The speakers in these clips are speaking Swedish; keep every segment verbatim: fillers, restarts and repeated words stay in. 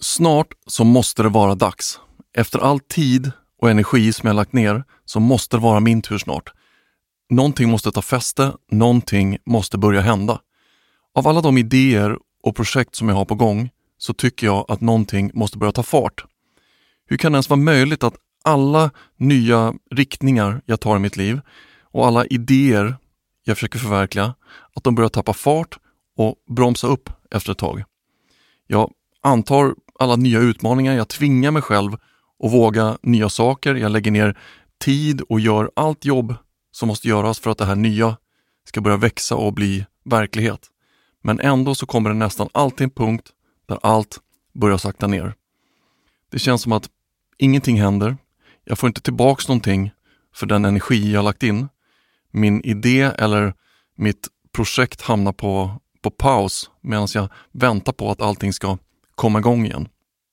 Snart så måste det vara dags. Efter all tid och energi som jag lagt ner så måste det vara min tur snart. Någonting måste ta fäste, någonting måste börja hända. Av alla de idéer och projekt som jag har på gång så tycker jag att någonting måste börja ta fart. Hur kan det ens vara möjligt att alla nya riktningar jag tar i mitt liv och alla idéer jag försöker förverkliga, att de börjar tappa fart och bromsa upp efter ett tag? Jag antar alla nya utmaningar, jag tvingar mig själv att våga nya saker, jag lägger ner tid och gör allt jobb som måste göras för att det här nya ska börja växa och bli verklighet. Men ändå så kommer det nästan alltid en punkt där allt börjar sakta ner. Det känns som att ingenting händer, jag får inte tillbaks någonting för den energi jag har lagt in. Min idé eller mitt projekt hamnar på, på paus medan jag väntar på att allting ska komma igång igen.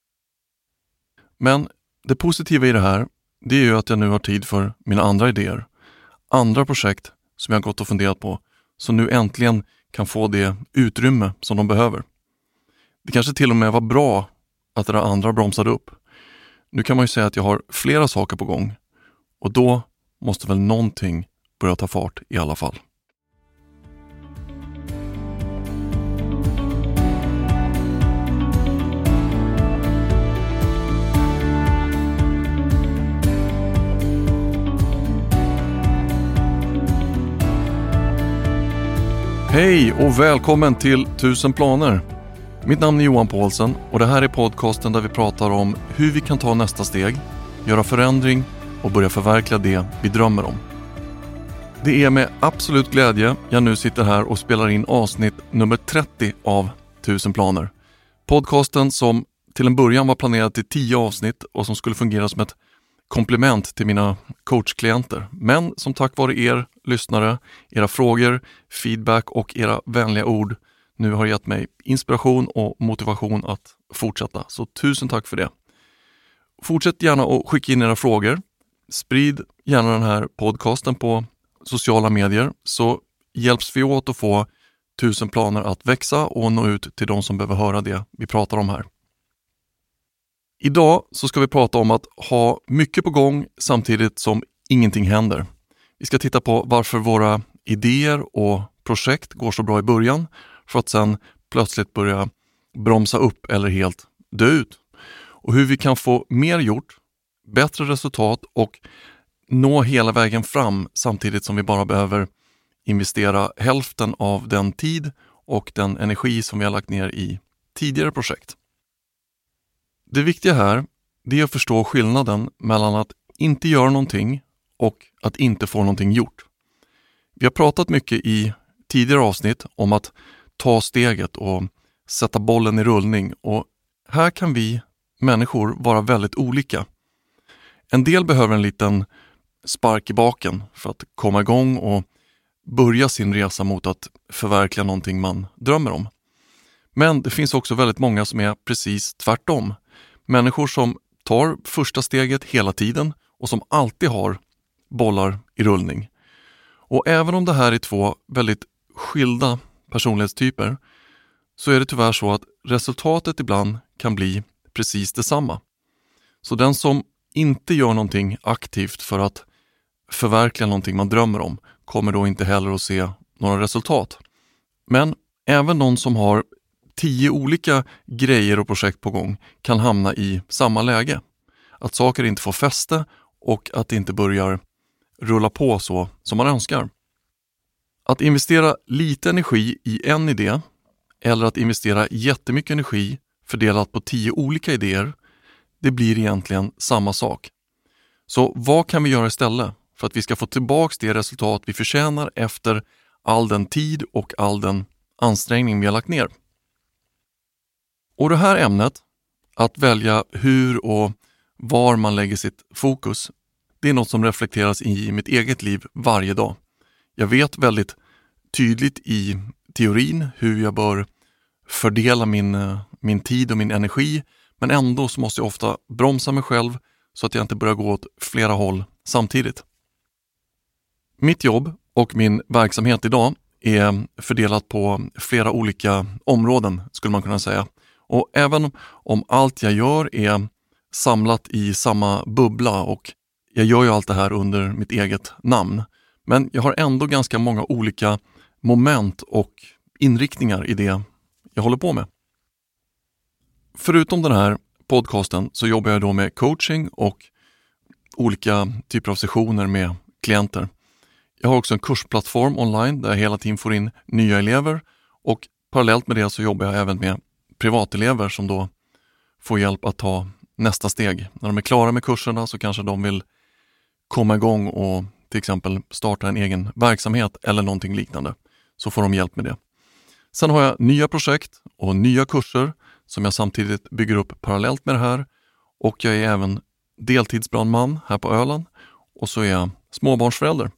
Men det positiva i det här, det är ju att jag nu har tid för mina andra idéer. Andra projekt som jag har gått och funderat på, som nu äntligen kan få det utrymme som de behöver. Det kanske till och med var bra att det där andra bromsade upp. Nu kan man ju säga att jag har flera saker på gång. Och då måste väl någonting börja ta fart i alla fall. Hej och välkommen till Tusen planer. Mitt namn är Johan Paulsen och det här är podcasten där vi pratar om hur vi kan ta nästa steg, göra förändring och börja förverkliga det vi drömmer om. Det är med absolut glädje jag nu sitter här och spelar in avsnitt nummer trettio av Tusen planer. Podcasten som till en början var planerad till tio avsnitt och som skulle fungera som ett komplement till mina coachklienter. Men som tack vare er lyssnare, era frågor, feedback och era vänliga ord nu har gett mig inspiration och motivation att fortsätta. Så tusen tack för det. Fortsätt gärna att skicka in era frågor. Sprid gärna den här podcasten på sociala medier så hjälps vi åt att få tusen planer att växa och nå ut till de som behöver höra det vi pratar om här. Idag så ska vi prata om att ha mycket på gång samtidigt som ingenting händer. Vi ska titta på varför våra idéer och projekt går så bra i början för att sen plötsligt börja bromsa upp eller helt dö ut. Och hur vi kan få mer gjort, bättre resultat och nå hela vägen fram samtidigt som vi bara behöver investera hälften av den tid och den energi som vi har lagt ner i tidigare projekt. Det viktiga här, det är att förstå skillnaden mellan att inte göra någonting och att inte få någonting gjort. Vi har pratat mycket i tidigare avsnitt om att ta steget och sätta bollen i rullning, och här kan vi människor vara väldigt olika. En del behöver en liten spark i baken för att komma igång och börja sin resa mot att förverkliga någonting man drömmer om. Men det finns också väldigt många som är precis tvärtom. Människor som tar första steget hela tiden och som alltid har bollar i rullning. Och även om det här är två väldigt skilda personlighetstyper så är det tyvärr så att resultatet ibland kan bli precis detsamma. Så den som inte gör någonting aktivt för att förverkliga någonting man drömmer om kommer då inte heller att se några resultat. Men även någon som har tio olika grejer och projekt på gång kan hamna i samma läge. Att saker inte får fäste och att det inte börjar rulla på så som man önskar. Att investera lite energi i en idé eller att investera jättemycket energi fördelat på tio olika idéer, det blir egentligen samma sak. Så vad kan vi göra istället för att vi ska få tillbaka det resultat vi förtjänar efter all den tid och all den ansträngning vi har lagt ner? Och det här ämnet, att välja hur och var man lägger sitt fokus, det är något som reflekteras i mitt eget liv varje dag. Jag vet väldigt tydligt i teorin hur jag bör fördela min, min tid och min energi, men ändå så måste jag ofta bromsa mig själv så att jag inte börjar gå åt flera håll samtidigt. Mitt jobb och min verksamhet idag är fördelat på flera olika områden skulle man kunna säga. Och även om allt jag gör är samlat i samma bubbla och jag gör ju allt det här under mitt eget namn. Men jag har ändå ganska många olika moment och inriktningar i det jag håller på med. Förutom den här podcasten så jobbar jag då med coaching och olika typer av sessioner med klienter. Jag har också en kursplattform online där jag hela tiden får in nya elever och parallellt med det så jobbar jag även med privatelever som då får hjälp att ta nästa steg. När de är klara med kurserna så kanske de vill komma igång och till exempel starta en egen verksamhet eller någonting liknande. Så får de hjälp med det. Sen har jag nya projekt och nya kurser som jag samtidigt bygger upp parallellt med det här. Och jag är även deltidsbrandman här på Öland och så är jag småbarnsförälder.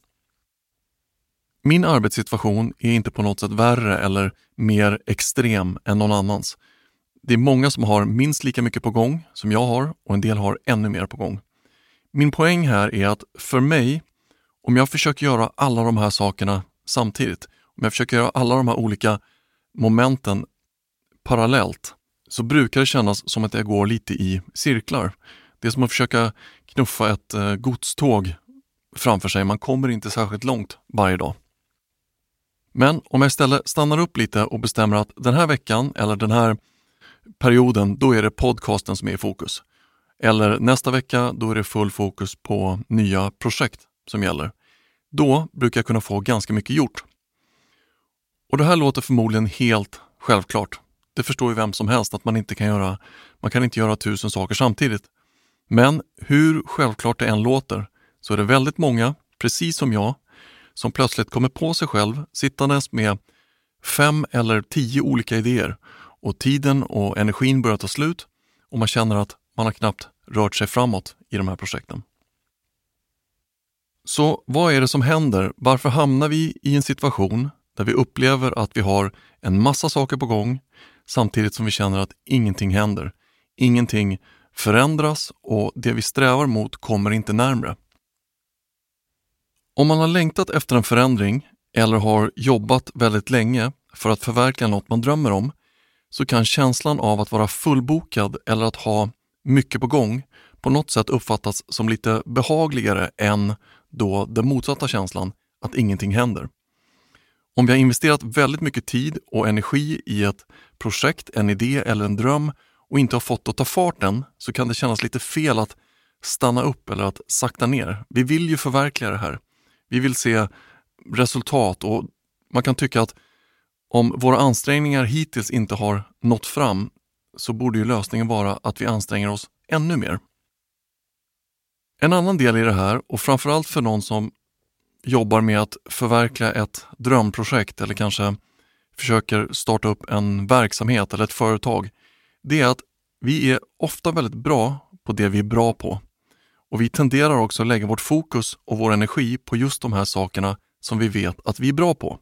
Min arbetssituation är inte på något sätt värre eller mer extrem än någon annans. Det är många som har minst lika mycket på gång som jag har och en del har ännu mer på gång. Min poäng här är att för mig, om jag försöker göra alla de här sakerna samtidigt, om jag försöker göra alla de här olika momenten parallellt, så brukar det kännas som att jag går lite i cirklar. Det är som att försöka knuffa ett eh, godståg framför sig. Man kommer inte särskilt långt varje dag. Men om jag istället stannar upp lite och bestämmer att den här veckan eller den här perioden, då är det podcasten som är i fokus. Eller nästa vecka, då är det full fokus på nya projekt som gäller. Då brukar jag kunna få ganska mycket gjort. Och det här låter förmodligen helt självklart. Det förstår ju vem som helst att man inte kan göra, man kan inte göra tusen saker samtidigt. Men hur självklart det än låter så är det väldigt många, precis som jag, som plötsligt kommer på sig själv sittandes med fem eller tio olika idéer och tiden och energin börjar ta slut och man känner att man har knappt rört sig framåt i de här projekten. Så vad är det som händer? Varför hamnar vi i en situation där vi upplever att vi har en massa saker på gång samtidigt som vi känner att ingenting händer? Ingenting förändras och det vi strävar mot kommer inte närmare. Om man har längtat efter en förändring eller har jobbat väldigt länge för att förverkliga något man drömmer om så kan känslan av att vara fullbokad eller att ha mycket på gång på något sätt uppfattas som lite behagligare än då den motsatta känslan att ingenting händer. Om vi har investerat väldigt mycket tid och energi i ett projekt, en idé eller en dröm och inte har fått att ta farten så kan det kännas lite fel att stanna upp eller att sakta ner. Vi vill ju förverkliga det här. Vi vill se resultat och man kan tycka att om våra ansträngningar hittills inte har nått fram så borde ju lösningen vara att vi anstränger oss ännu mer. En annan del i det här och framförallt för någon som jobbar med att förverkliga ett drömprojekt eller kanske försöker starta upp en verksamhet eller ett företag, det är att vi är ofta väldigt bra på det vi är bra på. Och vi tenderar också att lägga vårt fokus och vår energi på just de här sakerna som vi vet att vi är bra på.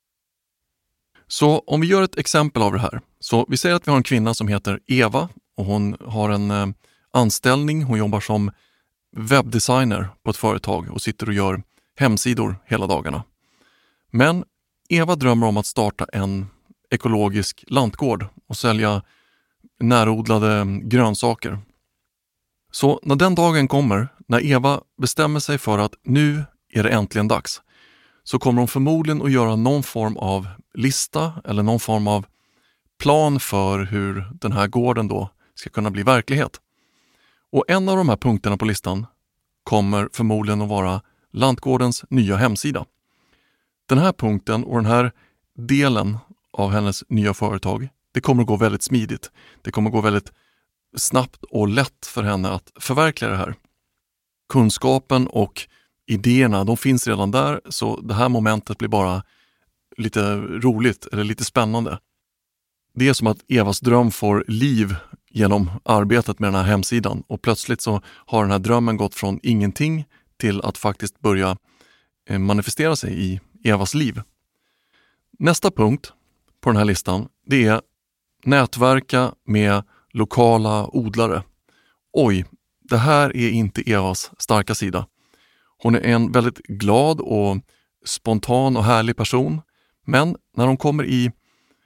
Så om vi gör ett exempel av det här. Så vi säger att vi har en kvinna som heter Eva och hon har en eh, anställning. Hon jobbar som webbdesigner på ett företag och sitter och gör hemsidor hela dagarna. Men Eva drömmer om att starta en ekologisk lantgård och sälja närodlade grönsaker. Så när den dagen kommer, när Eva bestämmer sig för att nu är det äntligen dags, så kommer hon förmodligen att göra någon form av lista eller någon form av plan för hur den här gården då ska kunna bli verklighet. Och en av de här punkterna på listan kommer förmodligen att vara lantgårdens nya hemsida. Den här punkten och den här delen av hennes nya företag, det kommer att gå väldigt smidigt. Det kommer att gå väldigt snabbt och lätt för henne att förverkliga det här. Kunskapen och idéerna, de finns redan där, så det här momentet blir bara lite roligt eller lite spännande. Det är som att Evas dröm får liv genom arbetet med den här hemsidan och plötsligt så har den här drömmen gått från ingenting till att faktiskt börja manifestera sig i Evas liv. Nästa punkt på den här listan, det är nätverka med lokala odlare. Oj, det här är inte Evas starka sida. Hon är en väldigt glad och spontan och härlig person, men när hon kommer i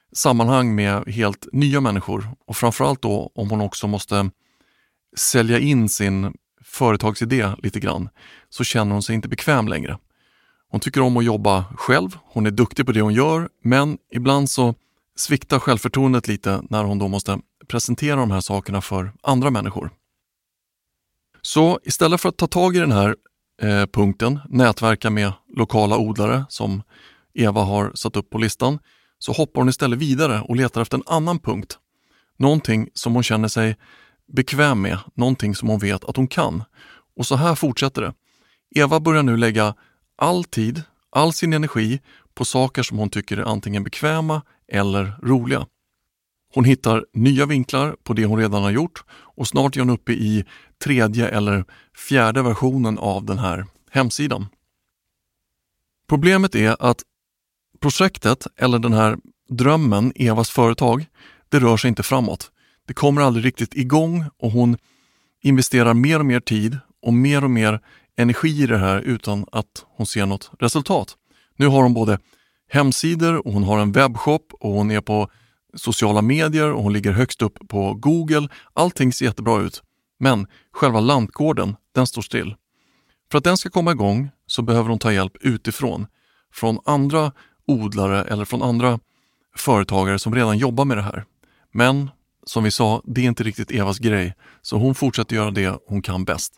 sammanhang med helt nya människor och framförallt då om hon också måste sälja in sin företagsidé lite grann, så känner hon sig inte bekväm längre. Hon tycker om att jobba själv, hon är duktig på det hon gör, men ibland så sviktar självförtroendet lite när hon då måste presentera de här sakerna för andra människor. Så istället för att ta tag i den här eh, punkten, nätverka med lokala odlare som Eva har satt upp på listan, så hoppar hon istället vidare och letar efter en annan punkt. Någonting som hon känner sig bekväm med, någonting som hon vet att hon kan. Och så här fortsätter det. Eva börjar nu lägga all tid, all sin energi på saker som hon tycker är antingen bekväma eller roliga. Hon hittar nya vinklar på det hon redan har gjort och snart är hon uppe i tredje eller fjärde versionen av den här hemsidan. Problemet är att projektet eller den här drömmen, Evas företag, det rör sig inte framåt. Det kommer aldrig riktigt igång och hon investerar mer och mer tid och mer och mer energi i det här utan att hon ser något resultat. Nu har hon både hemsidor och hon har en webbshop och hon är på sociala medier och hon ligger högst upp på Google. Allting ser jättebra ut, men själva lantgården, den står still. För att den ska komma igång så behöver hon ta hjälp utifrån, från andra odlare eller från andra företagare som redan jobbar med det här. Men som vi sa, det är inte riktigt Evas grej, så hon fortsätter göra det hon kan bäst.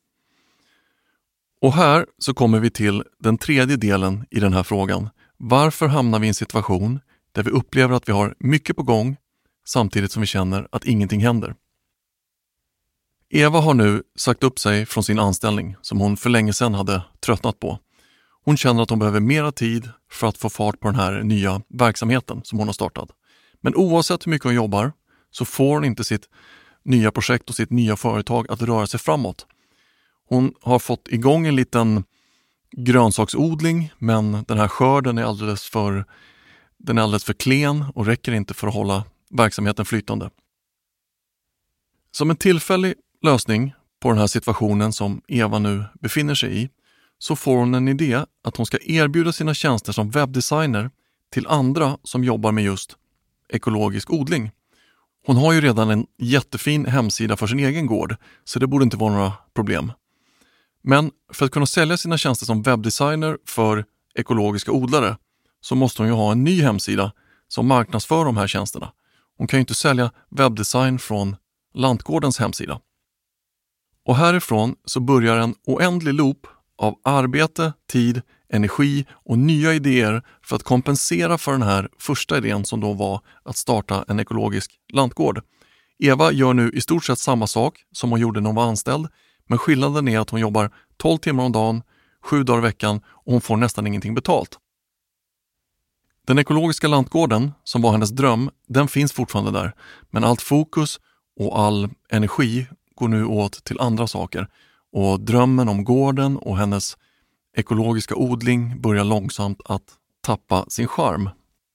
Och här så kommer vi till den tredje delen i den här frågan. Varför hamnar vi i en situation där vi upplever att vi har mycket på gång samtidigt som vi känner att ingenting händer? Eva har nu sagt upp sig från sin anställning som hon för länge sedan hade tröttnat på. Hon känner att hon behöver mera tid för att få fart på den här nya verksamheten som hon har startat. Men oavsett hur mycket hon jobbar så får hon inte sitt nya projekt och sitt nya företag att röra sig framåt. Hon har fått igång en liten grönsaksodling, men den här skörden är alldeles för, den är alldeles för klen och räcker inte för att hålla verksamheten flytande. Som en tillfällig lösning på den här situationen som Eva nu befinner sig i så får hon en idé att hon ska erbjuda sina tjänster som webbdesigner till andra som jobbar med just ekologisk odling. Hon har ju redan en jättefin hemsida för sin egen gård, så det borde inte vara några problem. Men för att kunna sälja sina tjänster som webbdesigner för ekologiska odlare så måste hon ju ha en ny hemsida som marknadsför de här tjänsterna. Hon kan ju inte sälja webbdesign från lantgårdens hemsida. Och härifrån så börjar en oändlig loop av arbete, tid, energi och nya idéer för att kompensera för den här första idén som då var att starta en ekologisk lantgård. Eva gör nu i stort sett samma sak som hon gjorde när hon var anställd, men skillnaden är att hon jobbar tolv timmar om dagen, sju dagar i veckan och hon får nästan ingenting betalt. Den ekologiska lantgården som var hennes dröm, den finns fortfarande där, men allt fokus och all energi går nu åt till andra saker. Och drömmen om gården och hennes ekologiska odling börjar långsamt att tappa sin charm.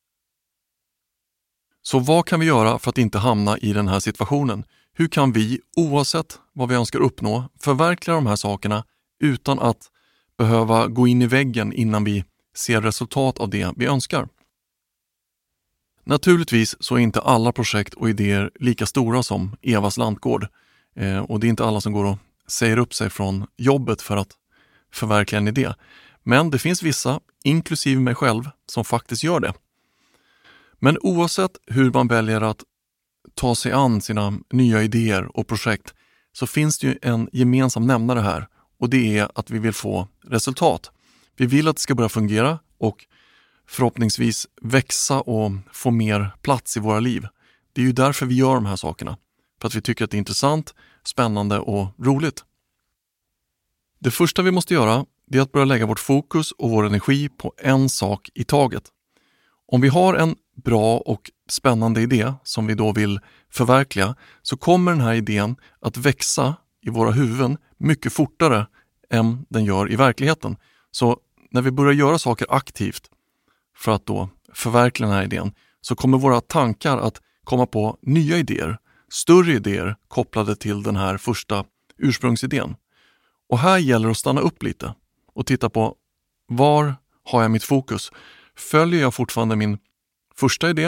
Så vad kan vi göra för att inte hamna i den här situationen? Hur kan vi, oavsett vad vi önskar uppnå, förverkliga de här sakerna utan att behöva gå in i väggen innan vi ser resultat av det vi önskar? Naturligtvis så är inte alla projekt och idéer lika stora som Evas lantgård. Eh, och det är inte alla som går och säger upp sig från jobbet för att förverkliga en idé. Men det finns vissa, inklusive mig själv, som faktiskt gör det. Men oavsett hur man väljer att ta sig an sina nya idéer och projekt så finns det ju en gemensam nämnare här, och det är att vi vill få resultat. Vi vill att det ska börja fungera och förhoppningsvis växa och få mer plats i våra liv. Det är ju därför vi gör de här sakerna. För att vi tycker att det är intressant, spännande och roligt. Det första vi måste göra är att börja lägga vårt fokus och vår energi på en sak i taget. Om vi har en bra och spännande idé som vi då vill förverkliga så kommer den här idén att växa i våra huvuden mycket fortare än den gör i verkligheten. Så när vi börjar göra saker aktivt för att då förverkliga den här idén så kommer våra tankar att komma på nya idéer, större idéer kopplade till den här första ursprungsidén. Och här gäller det att stanna upp lite och titta på var har jag mitt fokus? Följer jag fortfarande min första idé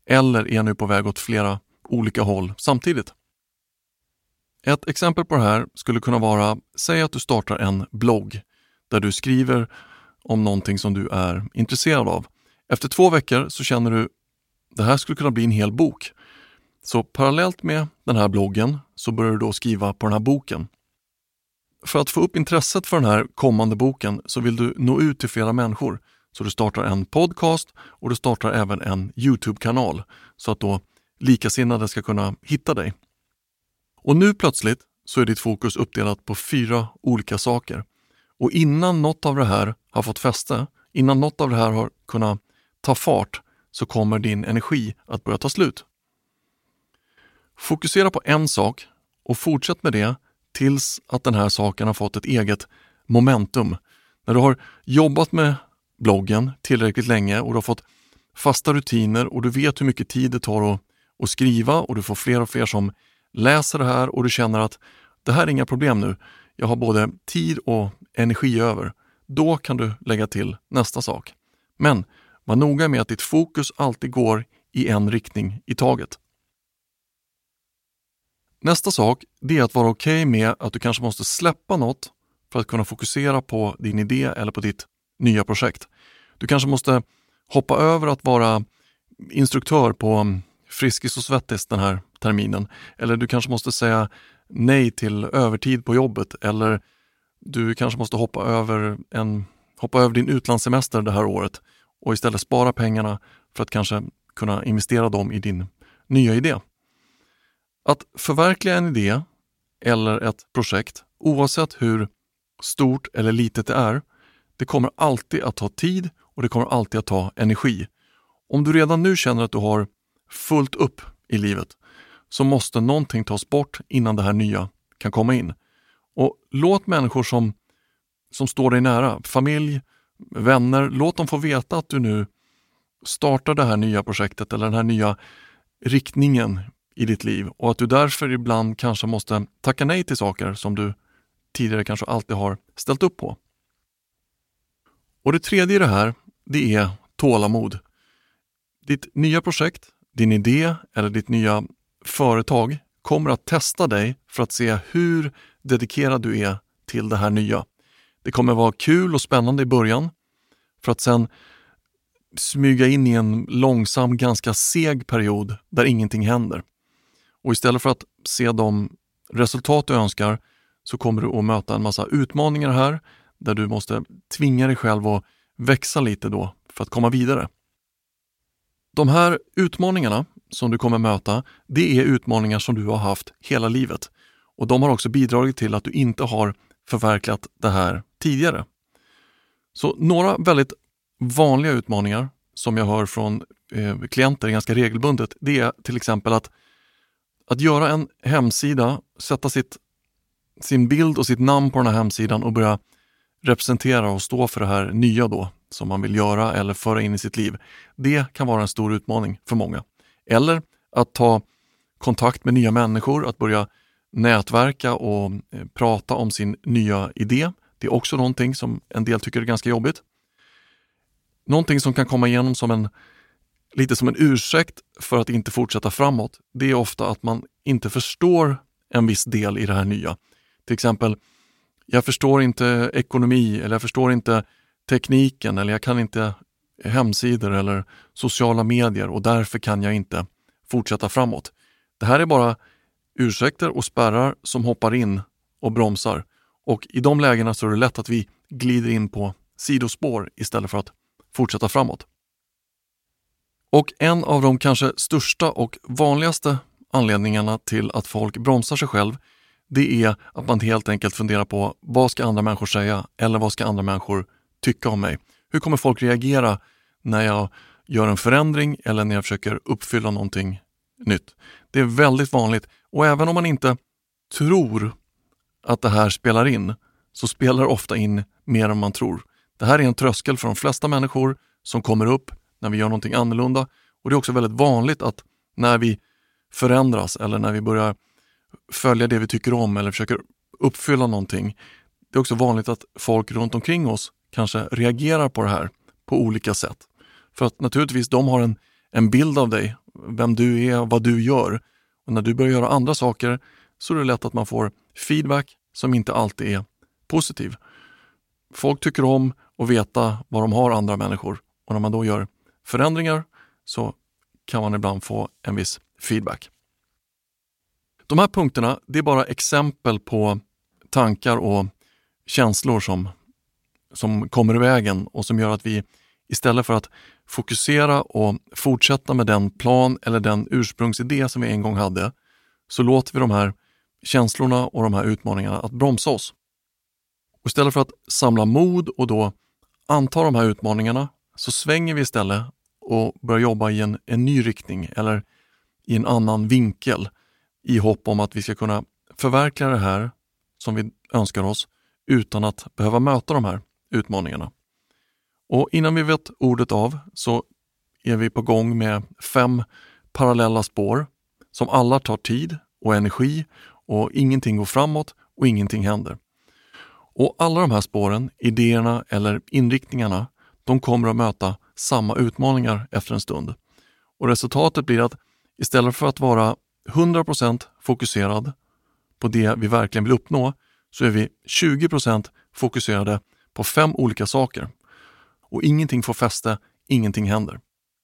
eller är nu på väg åt flera olika håll samtidigt. Ett exempel på det här skulle kunna vara, säg att du startar en blogg där du skriver om någonting som du är intresserad av. Efter två veckor så känner du, det här skulle kunna bli en hel bok. Så parallellt med den här bloggen så börjar du då skriva på den här boken. För att få upp intresset för den här kommande boken så vill du nå ut till flera människor. Så du startar en podcast och du startar även en YouTube-kanal så att då likasinnade ska kunna hitta dig. Och nu plötsligt så är ditt fokus uppdelat på fyra olika saker. Och innan något av det här har fått fäste, innan något av det här har kunnat ta fart, så kommer din energi att börja ta slut. Fokusera på en sak och fortsätt med det tills att den här saken har fått ett eget momentum. När du har jobbat med bloggen tillräckligt länge och du har fått fasta rutiner och du vet hur mycket tid det tar att, att skriva och du får fler och fler som läser det här och du känner att det här är inga problem nu. Jag har både tid och energi över. Då kan du lägga till nästa sak. Men var noga med att ditt fokus alltid går i en riktning i taget. Nästa sak, det är att vara okej med att du kanske måste släppa något för att kunna fokusera på din idé eller på ditt nya projekt. Du kanske måste hoppa över att vara instruktör på Friskis och Svettis den här terminen. Eller du kanske måste säga nej till övertid på jobbet. Eller du kanske måste hoppa över, en, hoppa över din utlandssemester det här året och istället spara pengarna för att kanske kunna investera dem i din nya idé. Att förverkliga en idé eller ett projekt, oavsett hur stort eller litet det är, det kommer alltid att ta tid och det kommer alltid att ta energi. Om du redan nu känner att du har fullt upp i livet så måste någonting tas bort innan det här nya kan komma in. Och låt människor som, som står dig nära, familj, vänner, låt dem få veta att du nu startar det här nya projektet eller den här nya riktningen i ditt liv och att du därför ibland kanske måste tacka nej till saker som du tidigare kanske alltid har ställt upp på. Och det tredje i det här, det är tålamod. Ditt nya projekt, din idé eller ditt nya företag kommer att testa dig för att se hur dedikerad du är till det här nya. Det kommer vara kul och spännande i början för att sen smyga in i en långsam, ganska seg period där ingenting händer. Och istället för att se de resultat du önskar så kommer du att möta en massa utmaningar här där du måste tvinga dig själv att växa lite då för att komma vidare. De här utmaningarna som du kommer möta, det är utmaningar som du har haft hela livet. Och de har också bidragit till att du inte har förverkligat det här tidigare. Så några väldigt vanliga utmaningar som jag hör från eh, klienter ganska regelbundet, det är till exempel att, att göra en hemsida, sätta sitt, sin bild och sitt namn på den här hemsidan och börja representera och stå för det här nya då som man vill göra eller föra in i sitt liv. Det kan vara en stor utmaning för många. Eller att ta kontakt med nya människor, att börja nätverka och eh, prata om sin nya idé. Det är också någonting som en del tycker är ganska jobbigt. Någonting som kan komma igenom som en, lite som en ursäkt för att inte fortsätta framåt, det är ofta att man inte förstår en viss del i det här nya. Till exempel, jag förstår inte ekonomi eller jag förstår inte tekniken eller jag kan inte hemsidor eller sociala medier och därför kan jag inte fortsätta framåt. Det här är bara ursäkter och spärrar som hoppar in och bromsar. Och i de lägena så är det lätt att vi glider in på sidospår istället för att fortsätta framåt. Och en av de kanske största och vanligaste anledningarna till att folk bromsar sig själv, det är att man helt enkelt funderar på vad ska andra människor säga eller vad ska andra människor tycka om mig? Hur kommer folk reagera när jag gör en förändring eller när jag försöker uppfylla någonting nytt? Det är väldigt vanligt och även om man inte tror att det här spelar in så spelar det ofta in mer än man tror. Det här är en tröskel för de flesta människor som kommer upp när vi gör någonting annorlunda och det är också väldigt vanligt att när vi förändras eller när vi börjar följa det vi tycker om eller försöker uppfylla någonting, det är också vanligt att folk runt omkring oss kanske reagerar på det här på olika sätt. För att naturligtvis de har en, en bild av dig vem du är och vad du gör. Och när du börjar göra andra saker så är det lätt att man får feedback som inte alltid är positiv. Folk tycker om att veta vad de har andra människor. Och när man då gör förändringar så kan man ibland få en viss feedback. De här punkterna, det är bara exempel på tankar och känslor som, som kommer i vägen och som gör att vi istället för att fokusera och fortsätta med den plan eller den ursprungsidé som vi en gång hade, så låter vi de här känslorna och de här utmaningarna att bromsa oss. Och istället för att samla mod och då anta de här utmaningarna så svänger vi istället och börjar jobba i en, en ny riktning eller i en annan vinkel i hopp om att vi ska kunna förverkliga det här som vi önskar oss utan att behöva möta de här utmaningarna. Och innan vi vet ordet av så är vi på gång med fem parallella spår som alla tar tid och energi och ingenting går framåt och ingenting händer. Och alla de här spåren, idéerna eller inriktningarna, de kommer att möta samma utmaningar efter en stund. Och resultatet blir att istället för att vara hundra procent fokuserad på det vi verkligen vill uppnå så är vi tjugo procent fokuserade på fem olika saker. Och ingenting får fäste, ingenting händer.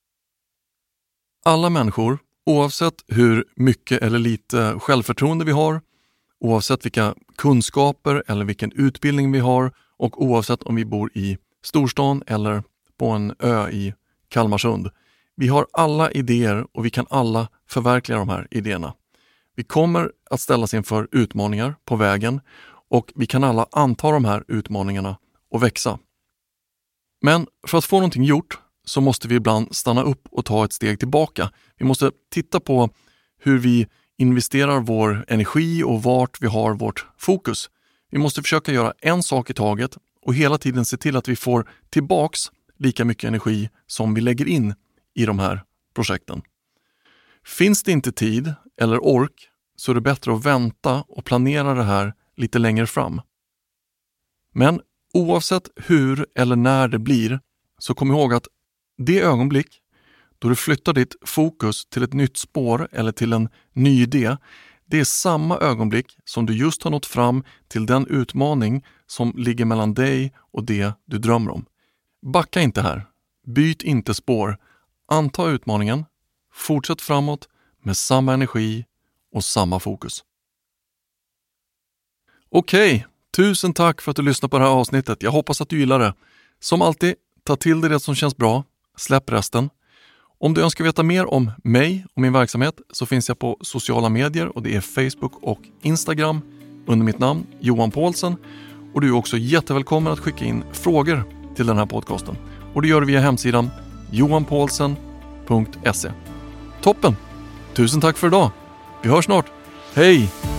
Alla människor, oavsett hur mycket eller lite självförtroende vi har, oavsett vilka kunskaper eller vilken utbildning vi har och oavsett om vi bor i storstan eller på en ö i Kalmarsund. Vi har alla idéer och vi kan alla förverkliga de här idéerna. Vi kommer att ställas inför utmaningar på vägen och vi kan alla anta de här utmaningarna och växa. Men för att få någonting gjort så måste vi ibland stanna upp och ta ett steg tillbaka. Vi måste titta på hur vi investerar vår energi och vart vi har vårt fokus. Vi måste försöka göra en sak i taget och hela tiden se till att vi får tillbaks lika mycket energi som vi lägger in i de här projekten. Finns det inte tid eller ork så är det bättre att vänta och planera det här lite längre fram. Men oavsett hur eller när det blir så kom ihåg att det ögonblick då du flyttar ditt fokus till ett nytt spår eller till en ny idé, det är samma ögonblick som du just har nått fram till den utmaning som ligger mellan dig och det du drömmer om. Backa inte här. Byt inte spår. Anta utmaningen. Fortsätt framåt med samma energi och samma fokus. Okej, tusen tack för att du lyssnade på det här avsnittet. Jag hoppas att du gillar det. Som alltid, ta till dig det som känns bra. Släpp resten. Om du önskar veta mer om mig och min verksamhet så finns jag på sociala medier och det är Facebook och Instagram under mitt namn Johan Paulsen. Och du är också jättevälkommen att skicka in frågor till den här podcasten. Och det gör du via hemsidan johan paulsen punkt se. Toppen! Tusen tack för idag! Vi hörs snart! Hej!